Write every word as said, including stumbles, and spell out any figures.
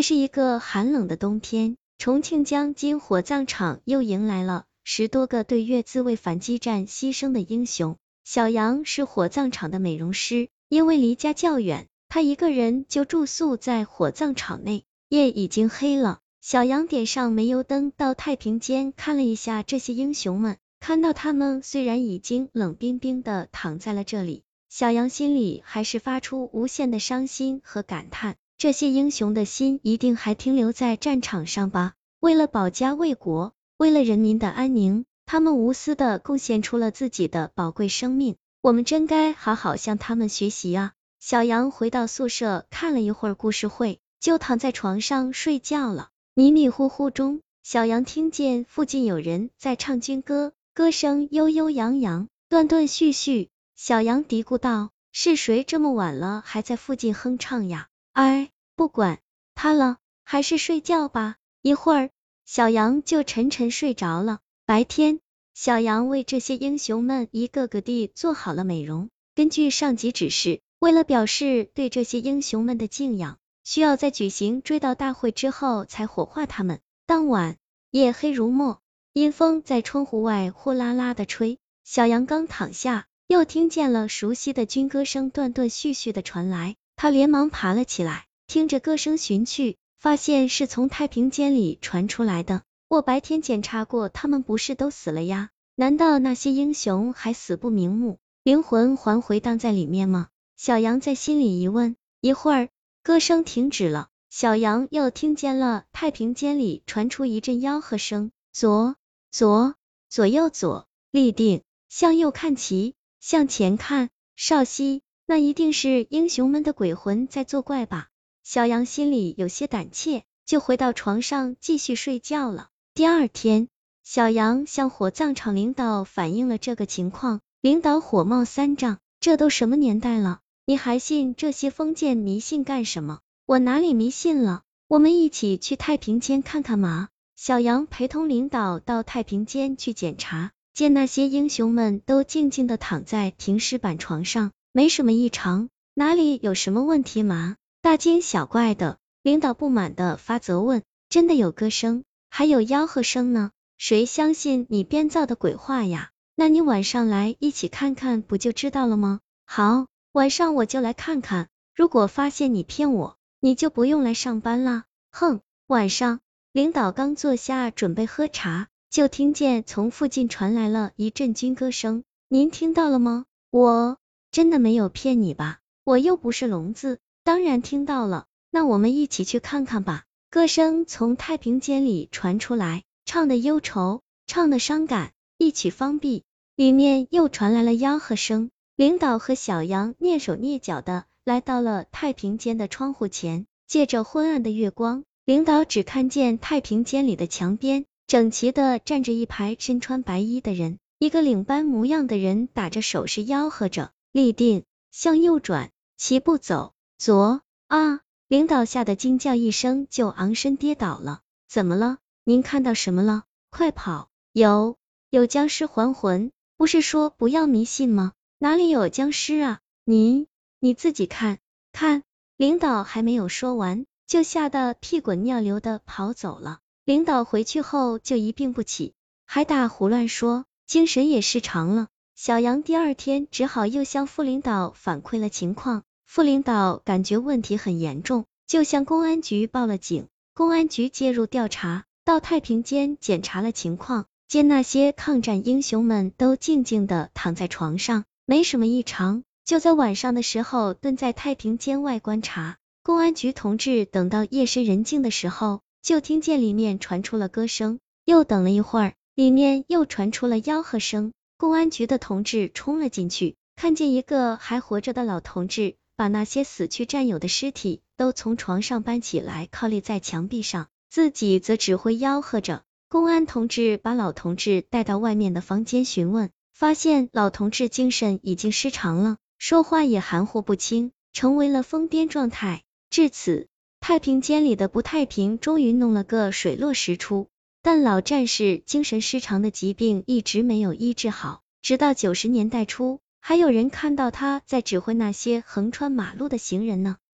是一个寒冷的冬天，重庆江津火葬场又迎来了十多个对越自卫反击战牺牲的英雄。小杨是火葬场的美容师，因为离家较远，他一个人就住宿在火葬场内。夜已经黑了，小杨点上煤油灯到太平间看了一下这些英雄们，看到他们虽然已经冷冰冰的躺在了这里，小杨心里还是发出无限的伤心和感叹。这些英雄的心一定还停留在战场上吧，为了保家卫国，为了人民的安宁，他们无私的贡献出了自己的宝贵生命，我们真该好好向他们学习啊。小杨回到宿舍看了一会儿故事会，就躺在床上睡觉了。迷迷糊糊中，小杨听见附近有人在唱军歌，歌声悠悠扬扬，断断续续。小杨嘀咕道，是谁这么晚了还在附近哼唱呀？哎，不管他了，还是睡觉吧。一会儿，小杨就沉沉睡着了。白天，小杨为这些英雄们一个个地做好了美容。根据上级指示，为了表示对这些英雄们的敬仰，需要在举行追悼大会之后才火化他们。当晚，夜黑如墨，阴风在窗户外呼啦啦的吹。小杨刚躺下，又听见了熟悉的军歌声断断续续的传来。他连忙爬了起来，听着歌声寻去，发现是从太平间里传出来的。我白天检查过，他们不是都死了呀？难道那些英雄还死不瞑目，灵魂还回荡在里面吗？小杨在心里疑问。一会儿，歌声停止了，小杨又听见了太平间里传出一阵吆喝声，左左左右左，立定，向右看齐，向前看，稍息。那一定是英雄们的鬼魂在作怪吧？小杨心里有些胆怯，就回到床上继续睡觉了。第二天，小杨向火葬场领导反映了这个情况，领导火冒三丈，这都什么年代了，你还信这些封建迷信干什么？我哪里迷信了？我们一起去太平间看看嘛。小杨陪同领导到太平间去检查，见那些英雄们都静静的躺在停尸板床上，没什么异常，哪里有什么问题嘛？大惊小怪的，领导不满的发责问，真的有歌声，还有吆喝声呢，谁相信你编造的鬼话呀？那你晚上来一起看看不就知道了吗？好，晚上我就来看看，如果发现你骗我，你就不用来上班啦。哼，晚上，领导刚坐下准备喝茶，就听见从附近传来了一阵军歌声，您听到了吗？我真的没有骗你吧？我又不是聋子，当然听到了，那我们一起去看看吧。歌声从太平间里传出来，唱的忧愁，唱的伤感，一曲方毕，里面又传来了吆喝声。领导和小杨蹑手蹑脚的来到了太平间的窗户前，借着昏暗的月光，领导只看见太平间里的墙边整齐的站着一排身穿白衣的人，一个领班模样的人打着手势吆喝着，立定，向右转，齐步走，左啊！领导吓得惊叫一声，就昂身跌倒了。怎么了？您看到什么了？快跑！有有僵尸还魂，不是说不要迷信吗？哪里有僵尸啊？您你自己看看。领导还没有说完，就吓得屁滚尿流的跑走了。领导回去后就一病不起，还打胡乱说，精神也失常了。小杨第二天只好又向副领导反馈了情况，副领导感觉问题很严重，就向公安局报了警。公安局介入调查，到太平间检查了情况，见那些抗战英雄们都静静的躺在床上，没什么异常，就在晚上的时候蹲在太平间外观察。公安局同志等到夜深人静的时候，就听见里面传出了歌声，又等了一会儿，里面又传出了吆喝声。公安局的同志冲了进去，看见一个还活着的老同志把那些死去战友的尸体都从床上搬起来靠立在墙壁上，自己则指挥吆喝着。公安同志把老同志带到外面的房间询问，发现老同志精神已经失常了，说话也含糊不清，成为了疯癫状态。至此，太平间里的不太平终于弄了个水落石出。但老战士精神失常的疾病一直没有医治好，直到九十年代初，还有人看到他在指挥那些横穿马路的行人呢。